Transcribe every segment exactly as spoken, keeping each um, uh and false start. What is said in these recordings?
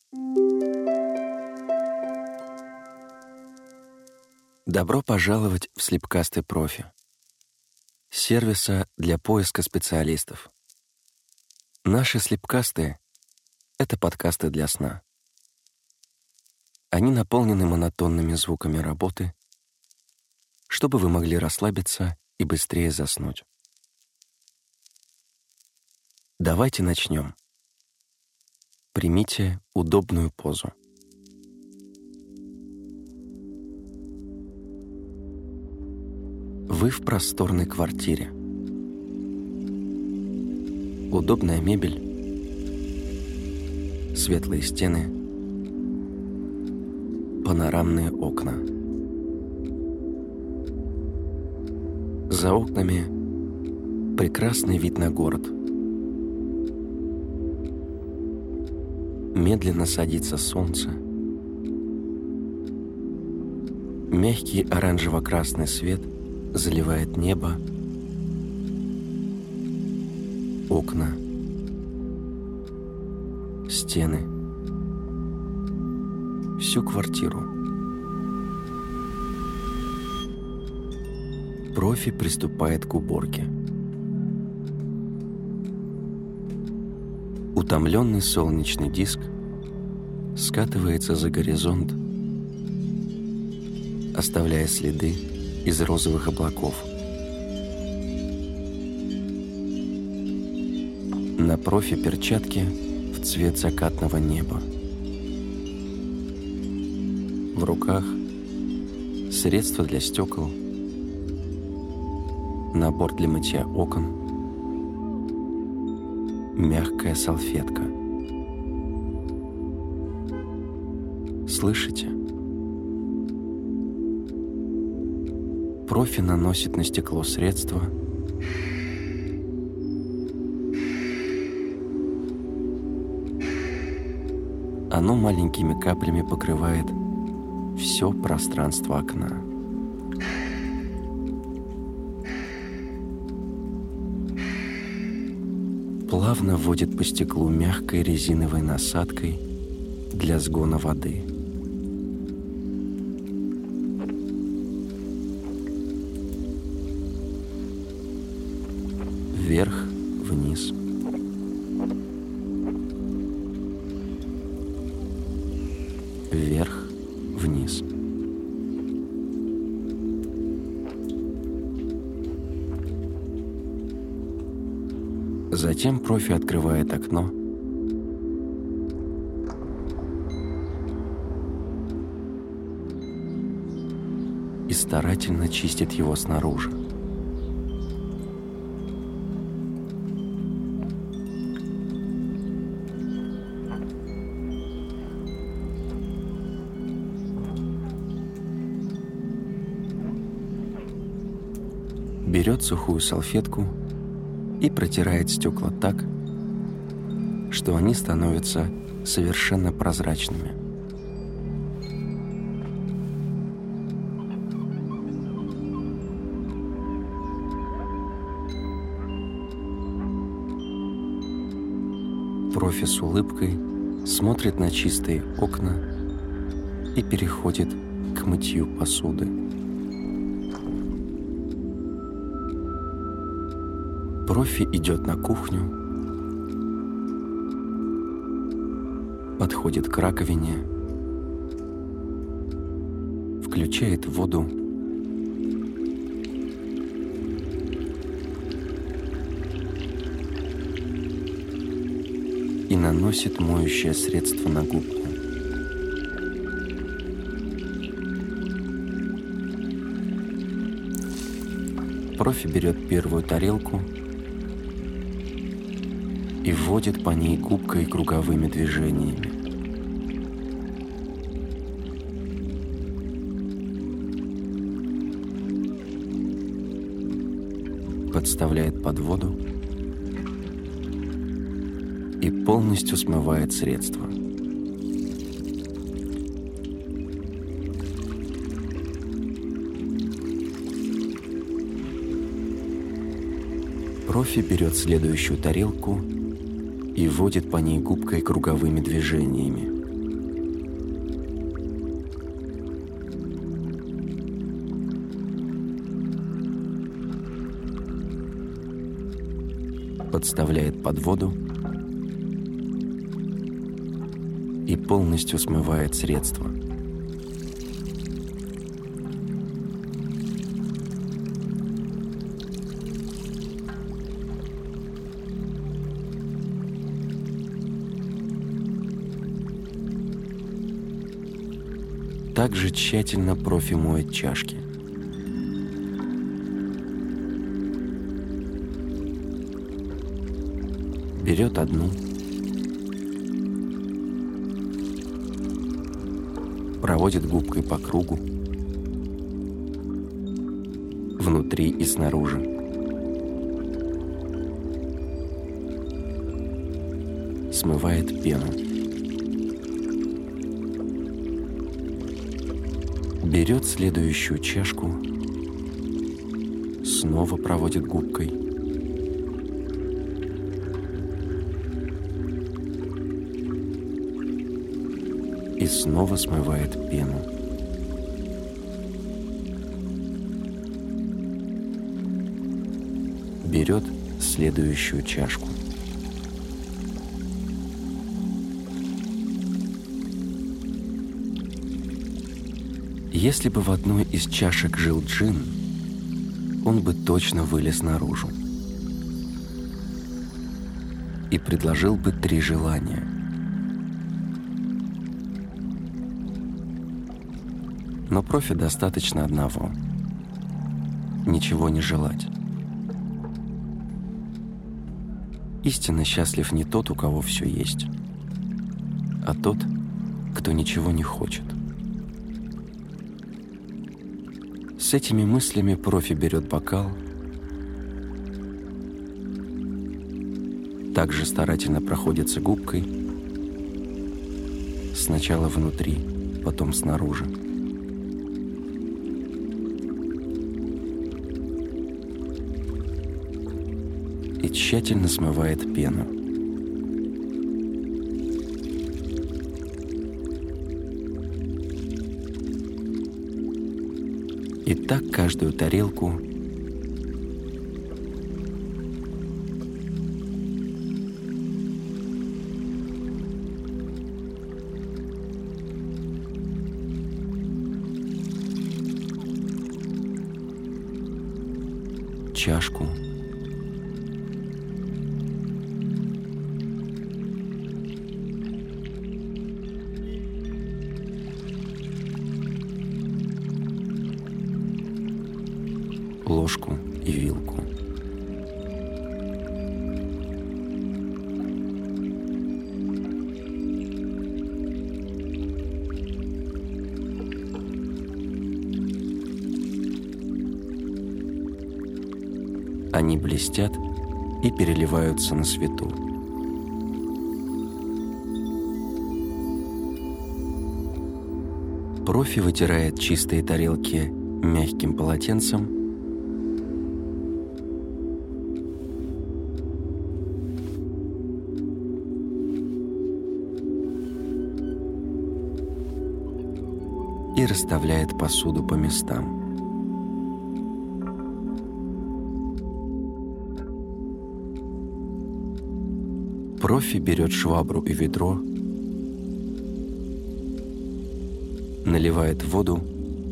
Добро пожаловать в Sleepcast Профи, сервиса для поиска специалистов. Наши слепкасты — это подкасты для сна. Они наполнены монотонными звуками работы, чтобы вы могли расслабиться и быстрее заснуть. Давайте начнем. Примите удобную позу. Вы в просторной квартире. Удобная мебель, светлые стены, панорамные окна. За окнами прекрасный вид на город. Медленно садится солнце. Мягкий оранжево-красный свет заливает небо, окна, стены, всю квартиру. Профи приступает к уборке. Утомленный солнечный диск скатывается за горизонт, оставляя следы из розовых облаков. На профи перчатки в цвет закатного неба. В руках средства для стекол, набор для мытья окон, мягкая салфетка. Слышите? Профи наносит на стекло средство. Оно маленькими каплями покрывает все пространство окна. Плавно вводит по стеклу мягкой резиновой насадкой для сгона воды. Вверх, вниз. Вверх, вниз. Затем профи открывает окно и старательно чистит его снаружи. Берет сухую салфетку и протирает стекла так, что они становятся совершенно прозрачными. Профи с улыбкой смотрит на чистые окна и переходит к мытью посуды. Профи идет на кухню, подходит к раковине, включает воду и наносит моющее средство на губку. Профи берет первую тарелку и вводит по ней губкой круговыми движениями. Подставляет под воду и полностью смывает средство. Профи берет следующую тарелку и водит по ней губкой круговыми движениями. подставляет под воду и полностью смывает средство. Также тщательно профи моет чашки. Берет одну, проводит губкой по кругу, внутри и снаружи. Смывает пену. Берет следующую чашку, снова проводит губкой. И снова смывает пену. Берет следующую чашку. Если бы в одной из чашек жил джин, он бы точно вылез наружу и предложил бы три желания. Но профи достаточно одного — ничего не желать. Истинно счастлив не тот, у кого все есть, а тот, кто ничего не хочет. С этими мыслями профи берет бокал, также старательно проходится губкой, сначала внутри, потом снаружи. И тщательно смывает пену. И так каждую тарелку чашку, ложку и вилку. Они блестят и переливаются на свету. Профи вытирает чистые тарелки мягким полотенцем и расставляет посуду по местам. Профи берет швабру и ведро, наливает воду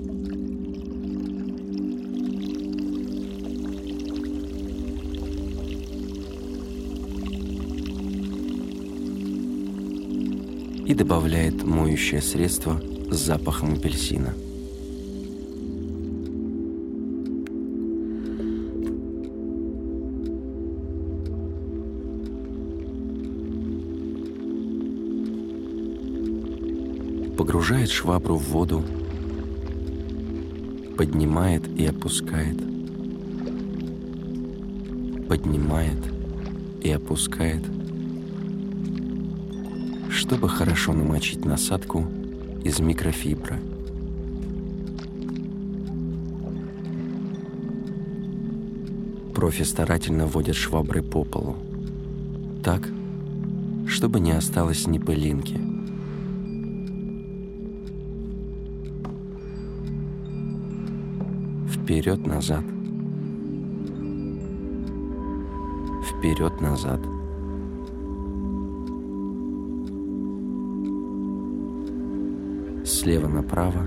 и добавляет моющее средство с запахом апельсина. Погружает швабру в воду, поднимает и опускает, поднимает и опускает, чтобы хорошо намочить насадку из микрофибры. Профи старательно водят шваброй по полу, так, чтобы не осталось ни пылинки. Вперед-назад, вперед-назад. Слева направо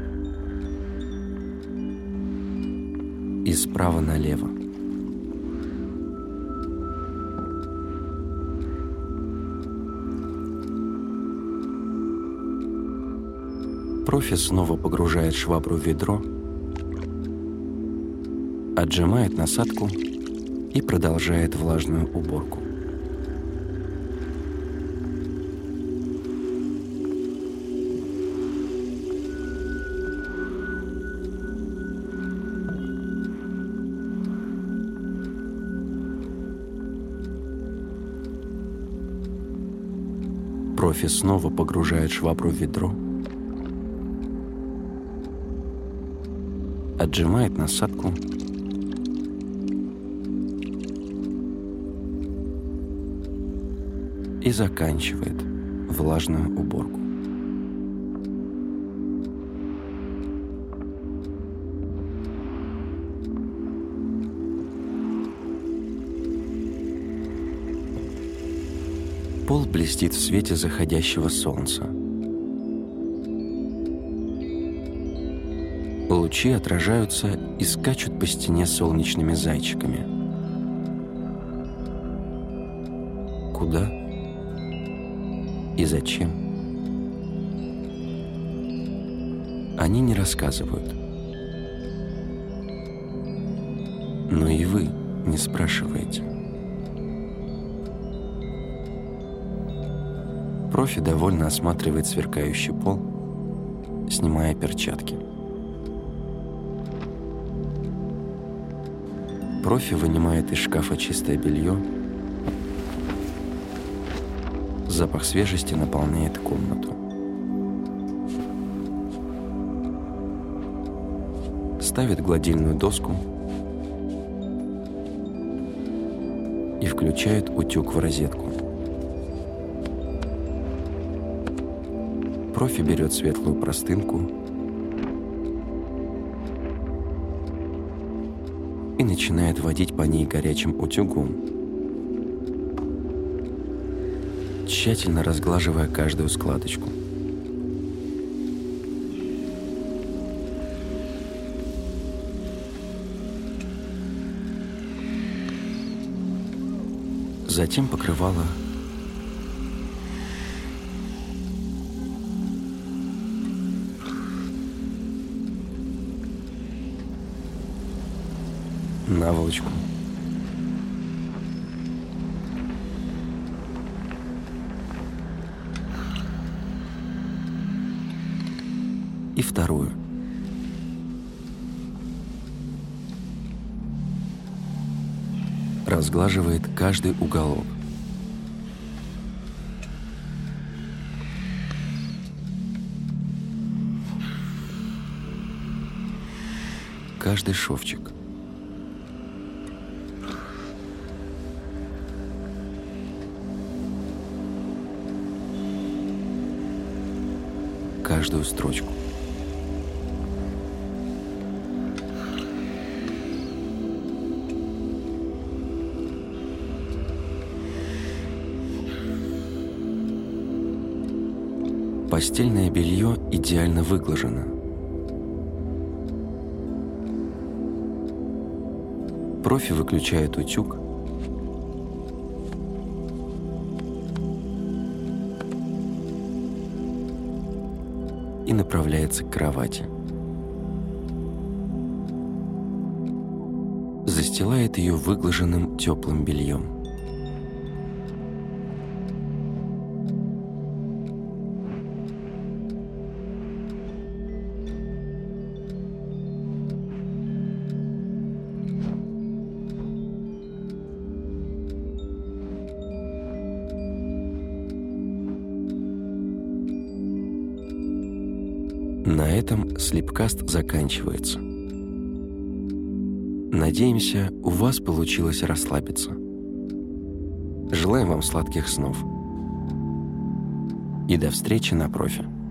и справа налево. Профи снова погружает швабру в ведро, отжимает насадку и продолжает влажную уборку. Профи снова погружает швабру в ведро, отжимает насадку и заканчивает влажную уборку. Пол блестит в свете заходящего солнца. Лучи отражаются и скачут по стене солнечными зайчиками. Куда и зачем? Они не рассказывают. Но и вы не спрашиваете. Профи довольно осматривает сверкающий пол, снимая перчатки. Профи вынимает из шкафа чистое белье. Запах свежести наполняет комнату. Ставит гладильную доску и включает утюг в розетку. Профи берет светлую простынку и начинает водить по ней горячим утюгом, тщательно разглаживая каждую складочку. Затем покрывало наволочку, и вторую. Разглаживает каждый уголок. Каждый шовчик. Каждую строчку. Постельное белье идеально выглажено. Профи выключает утюг и направляется к кровати. Застилает ее выглаженным теплым бельем. На этом слипкаст заканчивается. Надеемся, у вас получилось расслабиться. Желаем вам сладких снов. И до встречи на профи.